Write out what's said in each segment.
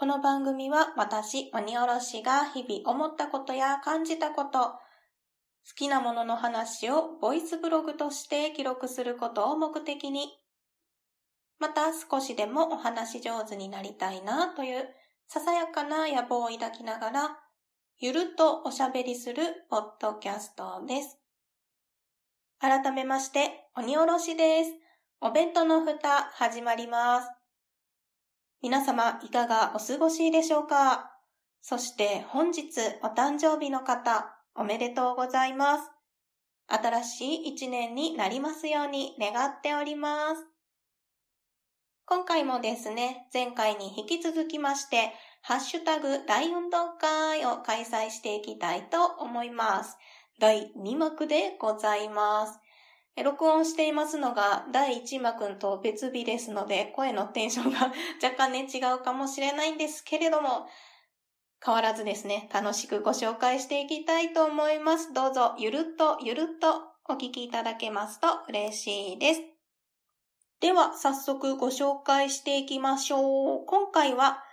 この番組は私、鬼おろしが日々思ったことや感じたこと、好きなものの話をボイスブログとして記録することを目的に、また少しでもお話上手になりたいなというささやかな野望を抱きながら、ゆるっとおしゃべりするポッドキャストです。改めまして、鬼おろしです。お弁当の蓋始まります。皆様いかがお過ごしでしょうか。そして本日お誕生日の方おめでとうございます。新しい一年になりますように願っております。今回もですね、前回に引き続きましてハッシュタグ大運動会を開催していきたいと思います。第2幕でございます。録音していますのが第1幕と別日ですので、声のテンションが若干ね違うかもしれないんですけれども、変わらずですね、楽しくご紹介していきたいと思います。どうぞゆるっとお聞きいただけますと嬉しいです。では早速ご紹介していきましょう。今回は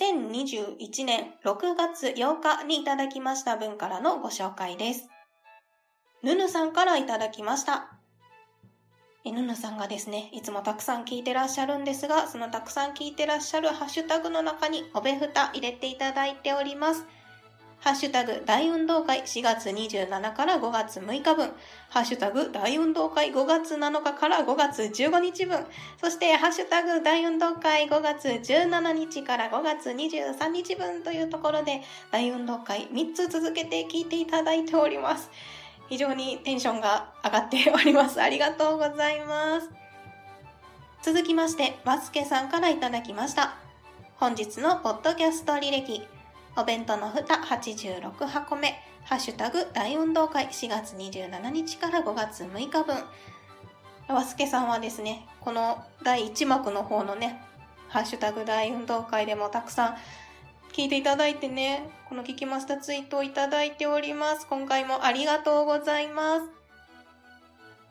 2021年6月8日にいただきました分からのご紹介です。ぬぬさんからいただきました。ぬぬさんがですね、いつもたくさん聞いてらっしゃるんですが、そのたくさん聞いてらっしゃるハッシュタグの中におべふた入れていただいております。ハッシュタグ大運動会4月27から5月6日分、ハッシュタグ大運動会5月7日から5月15日分、そしてハッシュタグ大運動会5月17日から5月23日分というところで、大運動会3つ続けて聞いていただいております。非常にテンションが上がっております。ありがとうございます。続きまして、バスケさんからいただきました。本日のポッドキャスト履歴、お弁当の蓋86箱目、ハッシュタグ大運動会4月27日から5月6日分。バスケさんはですね、この第1幕の方のね、ハッシュタグ大運動会でもたくさん聞いていただいてね、この聞きましたツイートをいただいております。今回もありがとうございます。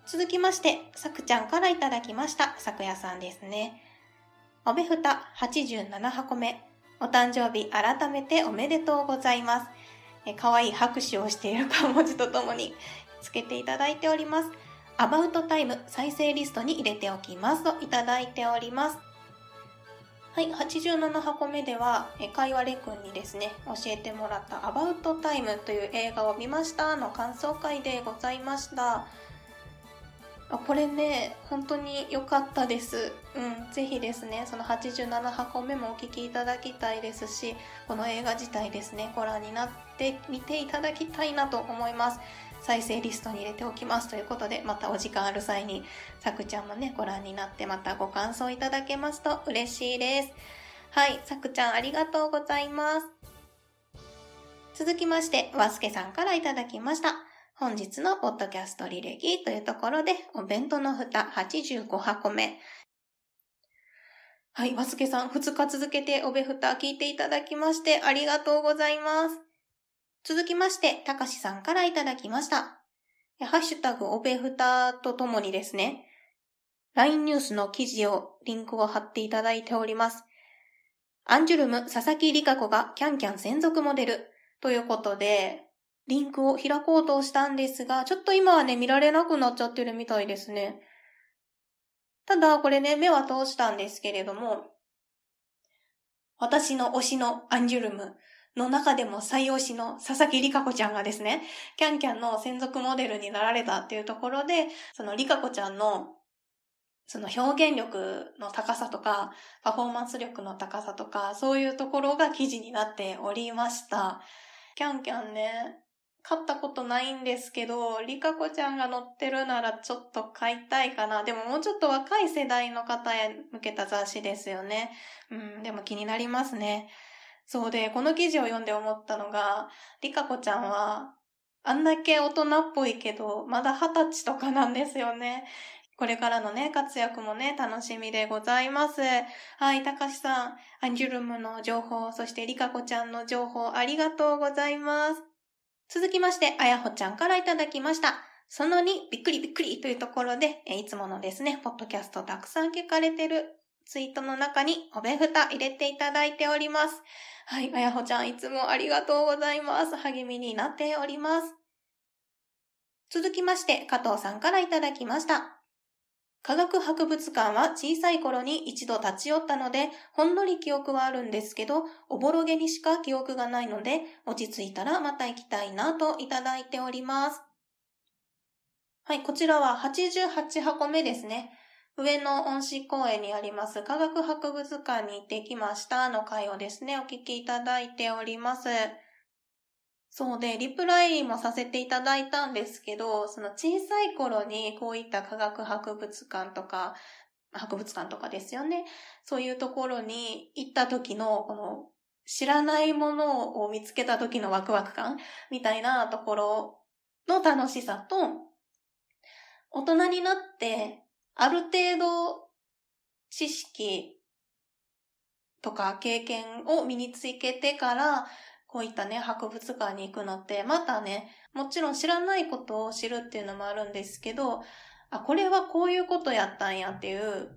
続きまして、さくちゃんからいただきました。さくやさんですね。おべふた87箱目。お誕生日改めておめでとうございます。かわいい拍手をしている顔文字とともにつけていただいております。アバウトタイム再生リストに入れておきますといただいております。はい、87箱目では、かいわれくんにですね、教えてもらったアバウトタイムという映画を見ましたの感想会でございました。これね、本当に良かったです。ぜひですね、その87箱目もお聞きいただきたいですし、この映画自体ですね、ご覧になってみていただきたいなと思います。再生リストに入れておきますということで、またお時間ある際にさくちゃんもねご覧になってまたご感想いただけますと嬉しいです。はい、さくちゃんありがとうございます。続きましてわすけさんからいただきました。本日のポッドキャスト履歴というところでお弁当の蓋85箱目。はい、わすけさん2日続けておべふた聞いていただきましてありがとうございます。続きまして、たかしさんからいただきました。ハッシュタグおべふたとともにですね、LINE ニュースの記事をリンクを貼っていただいております。アンジュルム佐々木里香子がキャンキャン専属モデルということで、リンクを開こうとしたんですが、ちょっと今はね、見られなくなっちゃってるみたいですね。ただ、これね、目は通したんですけれども、私の推しのアンジュルムの中でも最推しの佐々木里香子ちゃんがですね、キャンキャンの専属モデルになられたっていうところで、その里香子ちゃんのその表現力の高さとか、パフォーマンス力の高さとか、そういうところが記事になっておりました。キャンキャンね、買ったことないんですけど、里香子ちゃんが載ってるならちょっと買いたいかな。でももうちょっと若い世代の方へ向けた雑誌ですよね。でも気になりますね。そうで、この記事を読んで思ったのが、里香子ちゃんは、あんだけ大人っぽいけど、まだ20歳とかなんですよね。これからのね、活躍もね、楽しみでございます。はい、たかしさん、アンジュルムの情報、そしてりかこちゃんの情報、ありがとうございます。続きまして、あやほちゃんからいただきました。その2、びっくりびっくりというところで、いつものですね、ポッドキャストたくさん聞かれてるツイートの中におべふた入れていただいております。はい、あやほちゃんいつもありがとうございます。励みになっております。続きまして、加藤さんからいただきました。科学博物館は小さい頃に一度立ち寄ったので、ほんのり記憶はあるんですけど、おぼろげにしか記憶がないので、落ち着いたらまた行きたいなといただいております。はい、こちらは88箱目ですね。上野恩賜公園にあります科学博物館に行ってきましたの回をですね、お聞きいただいております。そうで、リプライもさせていただいたんですけど、その小さい頃にこういった科学博物館とかですよね。そういうところに行った時の、この知らないものを見つけた時のワクワク感みたいなところの楽しさと、大人になってある程度知識とか経験を身につけてから、こういったね、博物館に行くのって、またね、もちろん知らないことを知るっていうのもあるんですけど、これはこういうことやったんやっていう、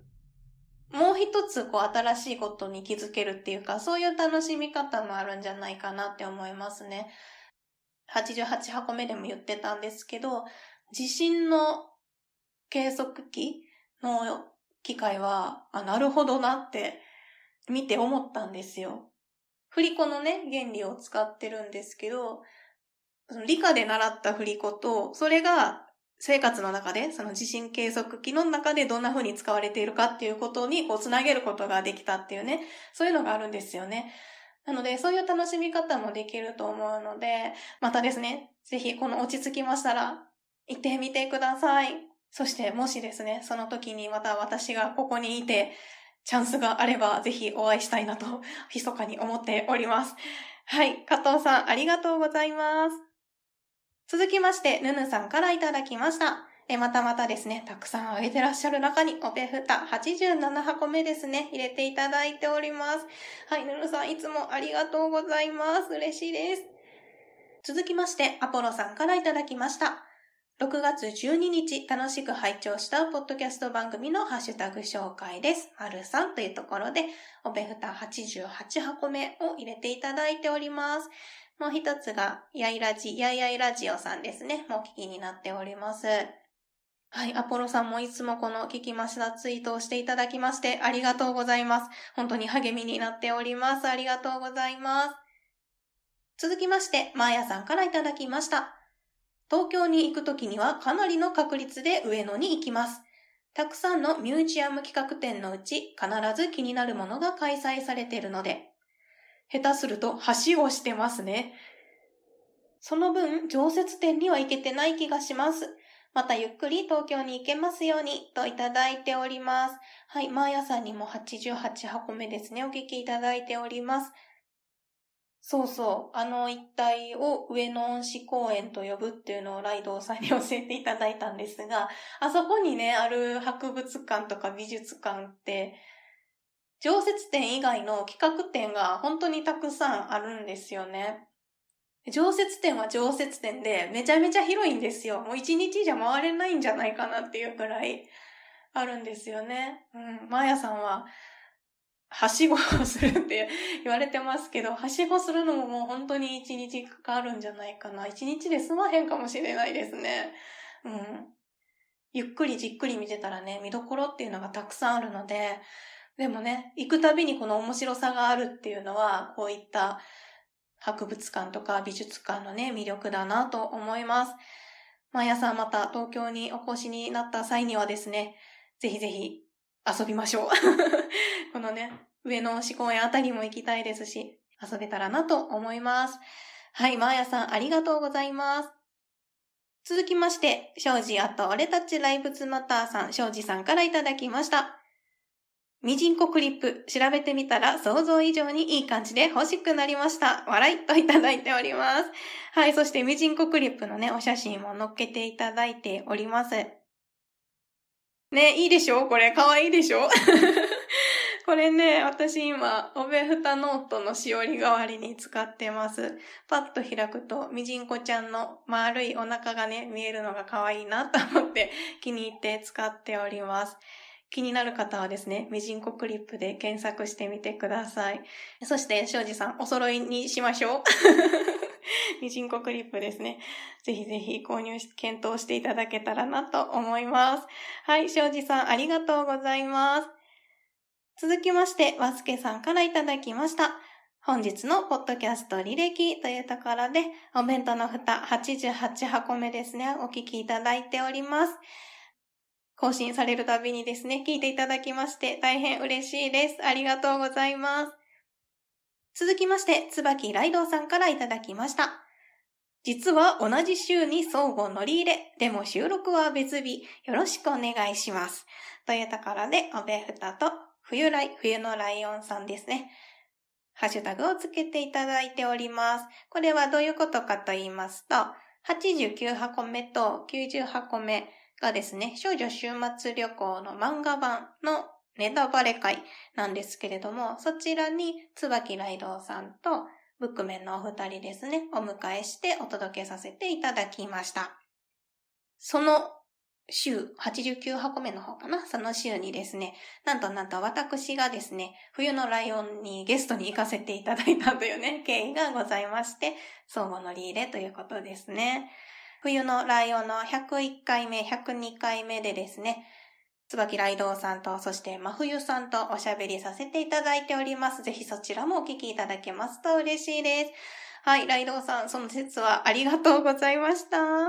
もう一つ新しいことに気づけるっていうか、そういう楽しみ方もあるんじゃないかなって思いますね。88箱目でも言ってたんですけど、地震の計測器の機械は、なるほどなって見て思ったんですよ。振り子のね、原理を使ってるんですけど、理科で習った振り子と、それが生活の中で、その地震計測器の中でどんな風に使われているかっていうことにつなげることができたっていうね、そういうのがあるんですよね。なので、そういう楽しみ方もできると思うので、またですね、ぜひこの落ち着きましたら、行ってみてください。そしてもしですね、その時にまた私がここにいて、チャンスがあればぜひお会いしたいなと、密かに思っております。はい、加藤さんありがとうございます。続きまして、ぬぬさんからいただきました。またですね、たくさんあげてらっしゃる中に、おべふた87箱目ですね、入れていただいております。はい、ぬぬさんいつもありがとうございます。嬉しいです。続きまして、アポロさんからいただきました。6月12日、楽しく拝聴したポッドキャスト番組のハッシュタグ紹介です。③というところで、おべふた88箱目を入れていただいております。もう一つが、やいラジオさんですね。もう聞きになっております。はい、アポロさんもいつもこの聞きましたツイートをしていただきましてありがとうございます。本当に励みになっております。ありがとうございます。続きまして、マーヤさんからいただきました。東京に行くときにはかなりの確率で上野に行きます。たくさんのミュージアム企画展のうち必ず気になるものが開催されているので、下手するとはしごしてますね。その分、常設展には行けてない気がします。またゆっくり東京に行けますようにといただいております。はい、マーヤさんにも88箱目ですね、お聞きいただいております。そうそう、一帯を上野恩賜公園と呼ぶっていうのをライドウさんに教えていただいたんですが、あそこにね、ある博物館とか美術館って、常設展以外の企画展が本当にたくさんあるんですよね。常設展は常設展でめちゃめちゃ広いんですよ。もう1日じゃ回れないんじゃないかなっていうくらいあるんですよね。マーヤさんは、はしごをするって言われてますけど、はしごするのももう本当に1日かかるんじゃないかな。1日で済まへんかもしれないですね。ゆっくりじっくり見てたらね、見どころっていうのがたくさんあるので、でもね、行くたびにこの面白さがあるっていうのは、こういった博物館とか美術館のね、魅力だなと思います。毎朝また東京にお越しになった際にはですね、ぜひぜひ遊びましょう。このね、上野恩賜公園あたりも行きたいですし、遊べたらなと思います。はい、マーヤさんありがとうございます。続きまして、庄司あと俺たちライブズマターさん、庄司さんからいただきました。ミジンコクリップ、調べてみたら想像以上にいい感じで欲しくなりました。笑いといただいております。はい、そしてミジンコクリップのね、お写真も載っけていただいております。ね、いいでしょこれ、かわいいでしょこれね、私今、おべふたノートのしおり代わりに使ってます。パッと開くと、みじんこちゃんの丸いお腹がね、見えるのが可愛いなと思って気に入って使っております。 気になる方はですね、ミジンコクリップで検索してみてください。そして、庄司さん、お揃いにしましょう。ミジンコクリップですね。ぜひぜひ購入検討していただけたらなと思います。はい、庄司さんありがとうございます。続きまして、ワスケさんからいただきました。本日のポッドキャスト履歴というところで、お弁当の蓋88箱目ですね、お聞きいただいております。更新されるたびにですね、聞いていただきまして大変嬉しいです。ありがとうございます。続きまして、椿ライドウさんからいただきました。実は同じ週に相互乗り入れ、でも収録は別日、よろしくお願いします。というところで、おべふたと冬のライオンさんですね。ハッシュタグをつけていただいております。これはどういうことかと言いますと、89箱目と90箱目がですね、少女週末旅行の漫画版のネタバレ会なんですけれども、そちらに椿ライドウさんとブックメンのお二人ですね、お迎えしてお届けさせていただきました。その週、89箱目の方かな、その週にですね、なんと私がですね、冬のライオンにゲストに行かせていただいたというね、経緯がございまして、相互乗り入れということですね。冬のライオンの101回目、102回目でですね、椿ライドウさんと、そして真冬さんとおしゃべりさせていただいております。ぜひそちらもお聞きいただけますと嬉しいです。はい、ライドウさん、その説はありがとうございました。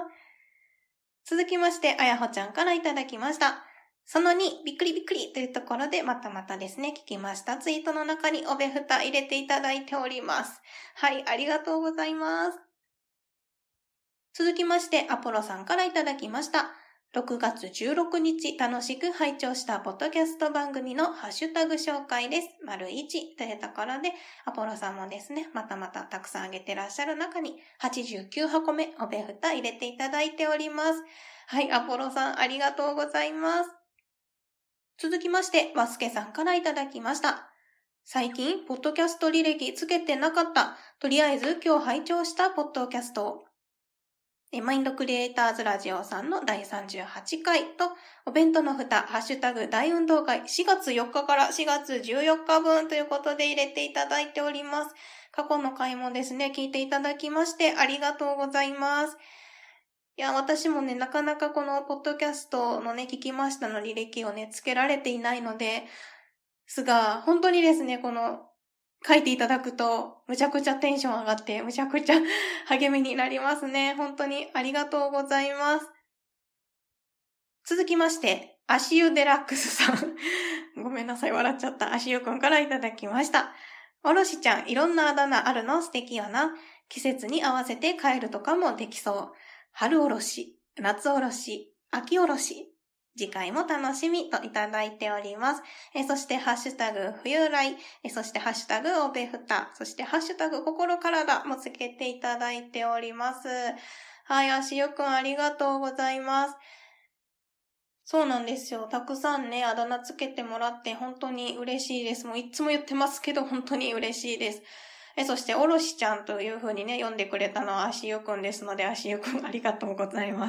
続きまして、あやほちゃんからいただきました。その2、びっくりというところでまたですね、聞きました。ツイートの中におべふた入れていただいております。はい、ありがとうございます。続きまして、アポロさんからいただきました。6月16日楽しく拝聴したポッドキャスト番組のハッシュタグ紹介です。1というところで、アポロさんもですね、またたくさんあげてらっしゃる中に89箱目おべふた入れていただいております。はい、アポロさんありがとうございます。続きまして、ワスケさんからいただきました。最近、ポッドキャスト履歴つけてなかった。とりあえず今日拝聴したポッドキャストを。マインドクリエイターズラジオさんの第38回と、お弁当の蓋、ハッシュタグ大運動会4月4日から4月14日分ということで入れていただいております。過去の回もですね、聞いていただきましてありがとうございます。いや、私もね、なかなかこのポッドキャストのね、聞きましたの履歴をね、つけられていないのですが、本当にですね、この書いていただくと、むちゃくちゃテンション上がって、むちゃくちゃ励みになりますね。本当にありがとうございます。続きまして、足湯デラックスさん。ごめんなさい、笑っちゃった。足湯くんからいただきました。おろしちゃん、いろんなあだ名あるの素敵よな。季節に合わせてカエルとかもできそう。春おろし、夏おろし、秋おろし。次回も楽しみといただいております。そしてハッシュタグ冬来、そしてハッシュタグおべふた、そしてハッシュタグ心体もつけていただいております。はい、足湯くんありがとうございます。そうなんですよ。たくさんね、あだ名つけてもらって本当に嬉しいです。もういつも言ってますけど本当に嬉しいです。そして、おろしちゃんという風にね、読んでくれたのは足湯くんですので、足湯くんありがとうございます。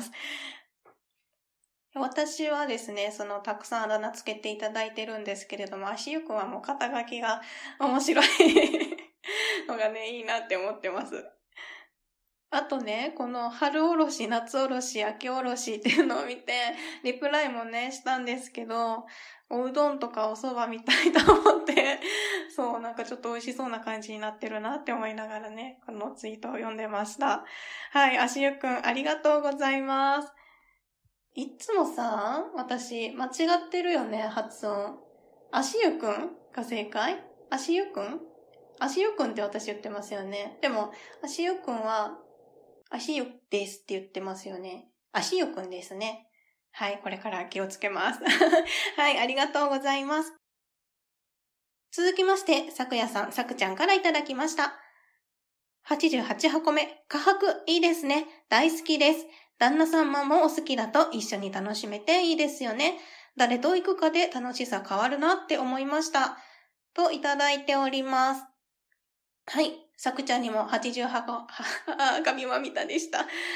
私はですね、たくさんあだ名つけていただいてるんですけれども、足湯くんはもう肩書きが面白いのがね、いいなって思ってます。あとね、この春おろし、夏おろし、秋おろしっていうのを見て、リプライもね、したんですけど、おうどんとかお蕎麦みたいと思って、そう、なんかちょっと美味しそうな感じになってるなって思いながらね、このツイートを読んでました。はい、足湯くんありがとうございます。いつもさ、私、間違ってるよね、発音。足湯くんが正解？足湯くんって私言ってますよね。でも、足湯くんは、足湯ですって言ってますよね。足湯くんですね。はい、これから気をつけます。はい、ありがとうございます。続きまして、さくやさん、さくちゃんからいただきました。88箱目、価格いいですね。大好きです。旦那様もお好きだと一緒に楽しめていいですよね。誰と行くかで楽しさ変わるなって思いました。といただいております。 はい。さくちゃんにも88箱、神まみたでした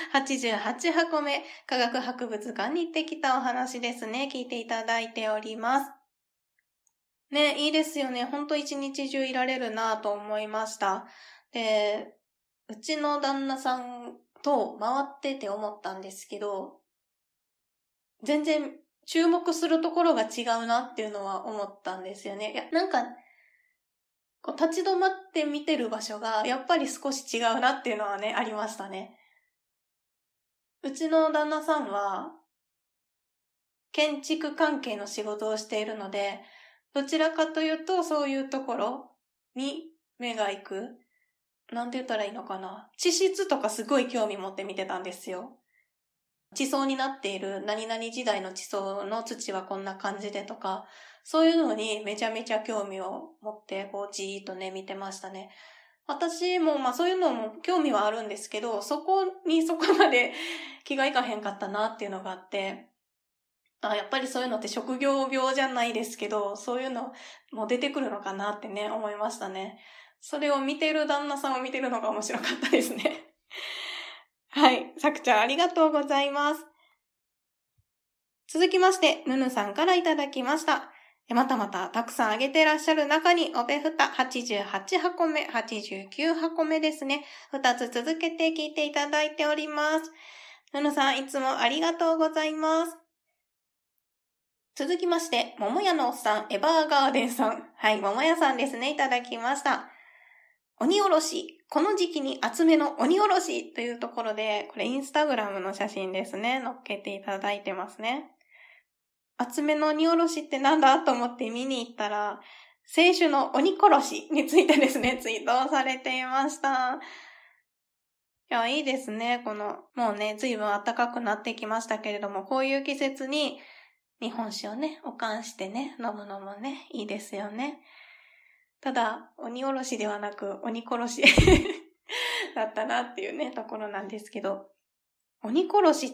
。88箱目、科学博物館に行ってきたお話ですね。聞いていただいております。ね、いいですよね。ほんと一日中いられるなと思いました。で、うちの旦那さんと回ってて思ったんですけど、全然注目するところが違うなっていうのは思ったんですよね。いや、なんか、こう立ち止まって見てる場所がやっぱり少し違うなっていうのはね、ありましたね。うちの旦那さんは建築関係の仕事をしているので、どちらかというとそういうところに目が行く。なんて言ったらいいのかな。地質とかすごい興味持って見てたんですよ。地層になっている何々時代の地層の土はこんな感じでとか、そういうのにめちゃめちゃ興味を持ってこうじーっとね見てましたね。私もそういうのも興味はあるんですけど、そこまで気がいかへんかったなっていうのがあって、やっぱりそういうのって職業病じゃないですけど、そういうのも出てくるのかなってね思いましたね。それを見てる旦那さんを見てるのが面白かったですね。はい。さくちゃんありがとうございます。続きまして、ぬぬさんからいただきました。またたくさんあげてらっしゃる中に、おべふた88箱目、89箱目ですね。2つ続けて聞いていただいております。ぬぬさんいつもありがとうございます。続きまして、桃屋のおっさん、エバーガーデンさん。はい、桃屋さんですね。いただきました。鬼おろし。この時期に厚めの鬼おろしというところで、これインスタグラムの写真ですね。載っけていただいてますね。厚めの鬼おろしってなんだと思って見に行ったら、清酒の鬼殺しについてですね、ツイートをされていました。いや、いいですね。もうね、随分暖かくなってきましたけれども、こういう季節に日本酒をね、お燗してね、飲むのもね、いいですよね。ただ、鬼おろしではなく、鬼殺しだったなっていうね、ところなんですけど、鬼殺しって、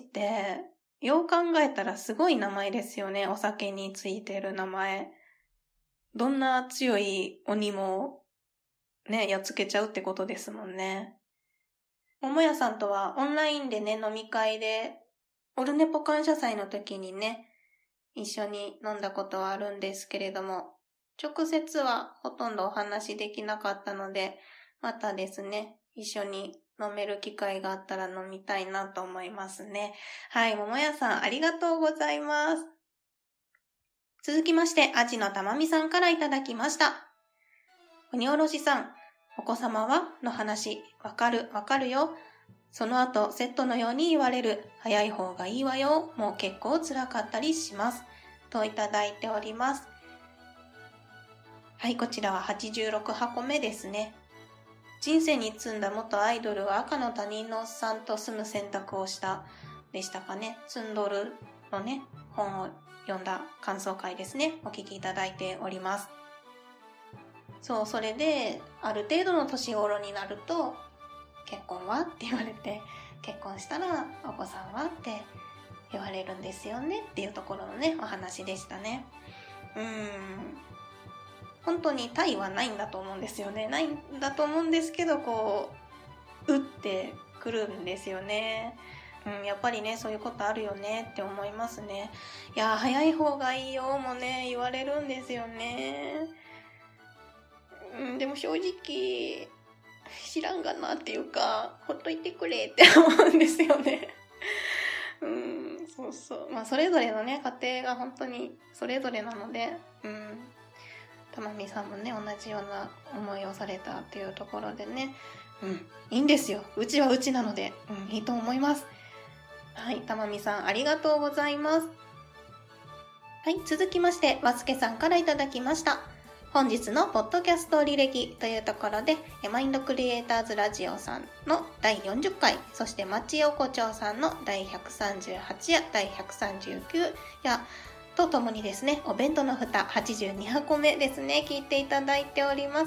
よう考えたらすごい名前ですよね。お酒についてる名前。どんな強い鬼もね、やっつけちゃうってことですもんね。桃屋さんとはオンラインでね、飲み会で、オルネポ感謝祭の時にね、一緒に飲んだことはあるんですけれども、直接はほとんどお話できなかったので、またですね、一緒に飲める機会があったら飲みたいなと思いますね。はい、桃屋さんありがとうございます。続きまして、アジのたまみさんからいただきました。鬼おろしさん、お子様はの話、わかるよ。その後、セットのように言われる、早い方がいいわよ。もう結構辛かったりします。といただいております。はい、こちらは86箱目ですね。人生に積んだ元アイドルは赤の他人のおっさんと住む選択をしたでしたかね。積んどるのね、本を読んだ感想会ですね。お聞きいただいております。そう、それで、ある程度の年頃になると、結婚はって言われて、結婚したらお子さんはって言われるんですよねっていうところのね、お話でしたね。本当に他意はないんだと思うんですよね。ないんだと思うんですけど、打ってくるんですよね。やっぱりね、そういうことあるよねって思いますね。いや、早い方がいいよもね、言われるんですよね。でも正直、知らんがなっていうか、ほっといてくれって思うんですよね。そうそう。それぞれのね、家庭が本当にそれぞれなので、たまみさんもね、同じような思いをされたっていうところでね、いいんですよ。うちはうちなので、いいと思います。はい、たまみさんありがとうございます。はい、続きまして、わすけさんからいただきました。本日のポッドキャスト履歴というところで、マインドクリエイターズラジオさんの第40回、そして町横丁さんの第138や第139や、とともにですね、お弁当の蓋82箱目ですね、聞いていただいております。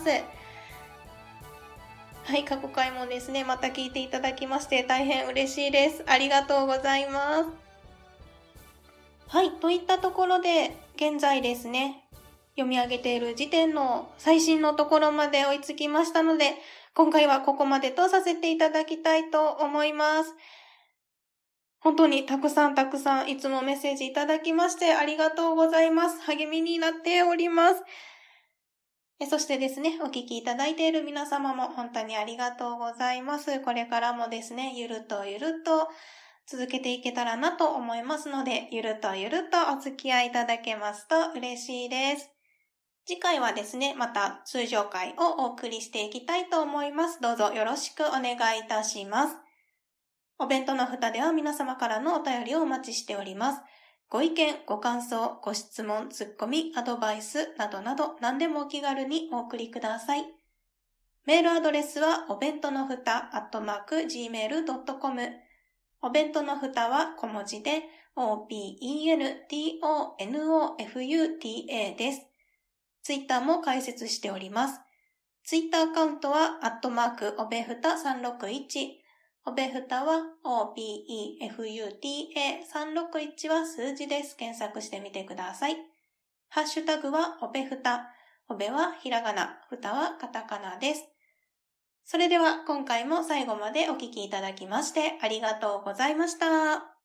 はい、過去回もですね、また聞いていただきまして大変嬉しいです。ありがとうございます。はい、といったところで、現在ですね、 読み上げている時点の最新のところまで追いつきましたので、今回はここまでとさせていただきたいと思います。本当にたくさんいつもメッセージいただきましてありがとうございます。励みになっております。そしてですね、お聞きいただいている皆様も本当にありがとうございます。これからもですね、ゆるっと続けていけたらなと思いますので、ゆるっとお付き合いいただけますと嬉しいです。次回はですね、また通常回をお送りしていきたいと思います。どうぞよろしくお願いいたします。お弁当の蓋では皆様からのお便りをお待ちしております。ご意見、ご感想、ご質問、ツッコミ、アドバイスなどなど何でもお気軽にお送りください。メールアドレスはお弁当のふた@gmail.com。お弁当のふたは小文字で OBENTONOFUTA です。ツイッターも開設しております。ツイッターアカウントはおべふた361。おべふたは OBEFUTA361 は数字です。検索してみてください。ハッシュタグはおべふた。おべはひらがな、ふたはカタカナです。それでは今回も最後までお聞きいただきましてありがとうございました。